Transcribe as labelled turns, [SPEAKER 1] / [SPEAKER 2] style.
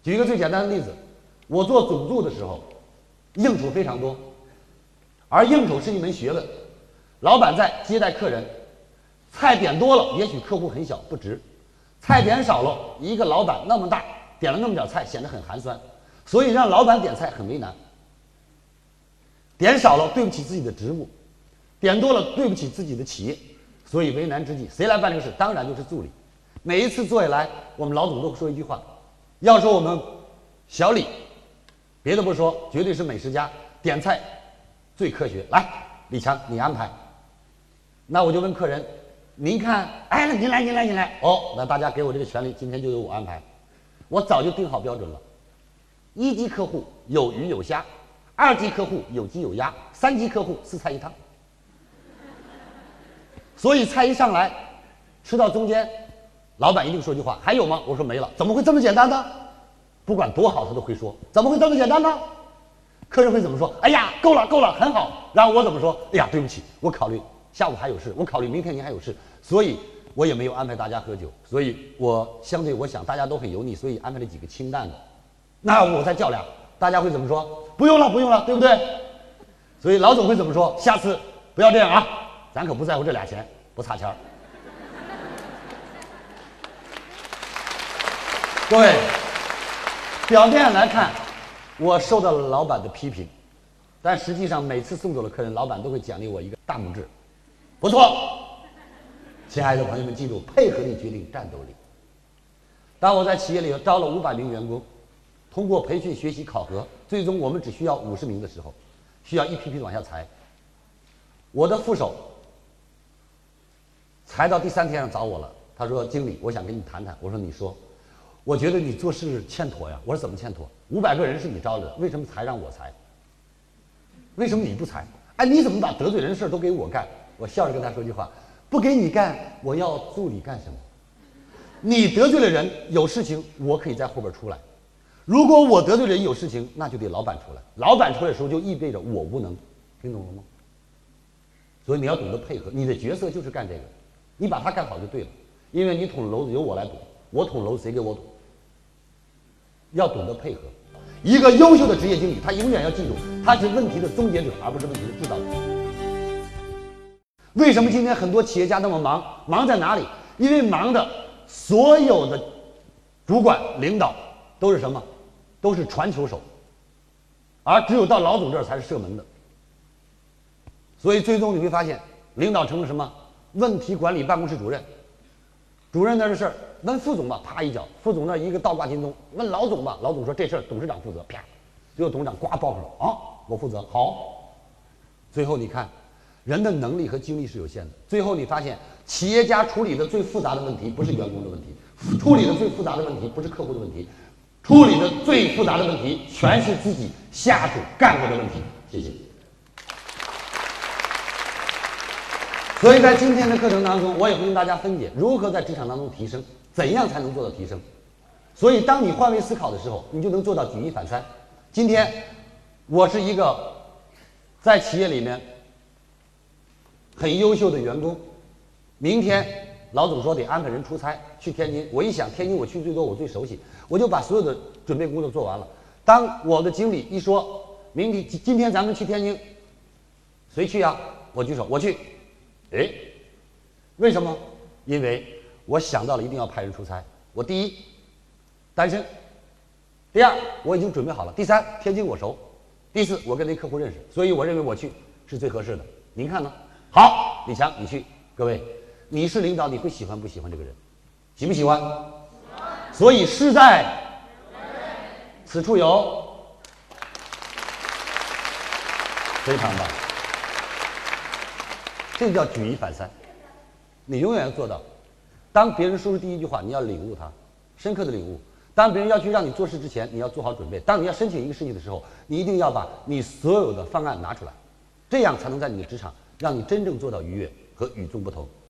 [SPEAKER 1] 举一个最简单的例子，我做总助的时候，应酬非常多，而应酬是一门学问。老板在接待客人，菜点多了，也许客户很小不值；菜点少了，一个老板那么大，点了那么点菜，显得很寒酸。所以让老板点菜很为难。点少了，对不起自己的职务；点多了，对不起自己的企业。所以为难之际，谁来办这个事？当然就是助理。每一次做下来，我们老总都会说一句话：要说我们小李，别的不说，绝对是美食家，点菜最科学。来，李强，你安排。那我就问客人，您看，哎，您来。哦，那大家给我这个权利，今天就由我安排。我早就定好标准了。1级客户有鱼有虾，2级客户有鸡有鸭，3级客户4菜1汤。所以菜一上来，吃到中间，老板一定说句话：还有吗？我说没了。怎么会这么简单呢？不管多好，他都会说：怎么会这么简单呢？客人会怎么说？哎呀，够了，很好。然后我怎么说？哎呀，对不起，我考虑下午还有事，我考虑明天您还有事，所以我也没有安排大家喝酒。所以我想大家都很油腻，所以安排了几个清淡的。那我再较量，大家会怎么说？不用了，对不对？所以老总会怎么说？下次不要这样啊，咱可不在乎这俩钱，不差钱儿。各位，表面来看，我受到了老板的批评，但实际上每次送走了客人，老板都会奖励我一个大拇指，不错。亲爱的朋友们，记住，配合力决定战斗力。当我在企业里招了500名员工，通过培训、学习、考核，最终我们只需要50名的时候，需要一批批往下裁。我的副手裁到第3天上找我了，他说：“经理，我想跟你谈谈。”我说：“你说。”我觉得你做事欠妥呀。我说：“怎么欠妥？500个人是你招的，为什么才让我裁？为什么你不裁？哎，你怎么把得罪人的事都给我干？”我笑着跟他说句话：“不给你干，我要助理干什么？你得罪了人，有事情我可以在后边出来。如果我得罪人有事情，那就得老板出来。老板出来的时候，就意味着我无能，听懂了吗？所以你要懂得配合，你的角色就是干这个，你把它干好就对了。因为你捅娄子由我来堵，我捅娄子谁给我堵？要懂得配合。一个优秀的职业经理，他永远要记住，他是问题的终结者，而不是问题的制造者。为什么今天很多企业家那么忙？忙在哪里？因为忙的所有的主管、领导都是什么？都是传球手，而只有到老总这儿才是射门的。所以最终你会发现，领导成了什么？问题管理办公室主任。主任那儿的事儿问副总吧，啪一脚，副总那儿一个倒挂金钟，问老总吧，老总说这事儿董事长负责，啪，最后董事长呱报上了啊，我负责，好。最后你看，人的能力和精力是有限的，最后你发现，企业家处理的最复杂的问题不是员工的问题，处理的最复杂的问题不是客户的问题，处理的最复杂的问题全是自己下属干过的问题。谢谢。所以在今天的课程当中，我也会跟大家分解如何在职场当中提升，怎样才能做到提升。所以当你换位思考的时候，你就能做到举一反三。今天我是一个在企业里面很优秀的员工，明天老总说得安排人出差去天津，我一想天津我去最多，我最熟悉，我就把所有的准备工作做完了。当我的经理一说今天咱们去天津，谁去啊？我举手，我去。哎，为什么？因为我想到了一定要派人出差。我第一，单身；第二，我已经准备好了；第三，天津我熟；第四，我跟那客户认识，所以我认为我去是最合适的。您看呢？好，李强，你去。各位，你是领导，你会喜欢不喜欢这个人？喜不喜欢？喜欢。所以事在此处有，非常棒。这叫举一反三，你永远要做到。当别人说出第一句话，你要领悟它，深刻的领悟。当别人要去让你做事之前，你要做好准备。当你要申请一个事情的时候，你一定要把你所有的方案拿出来，这样才能在你的职场让你真正做到愉悦和与众不同。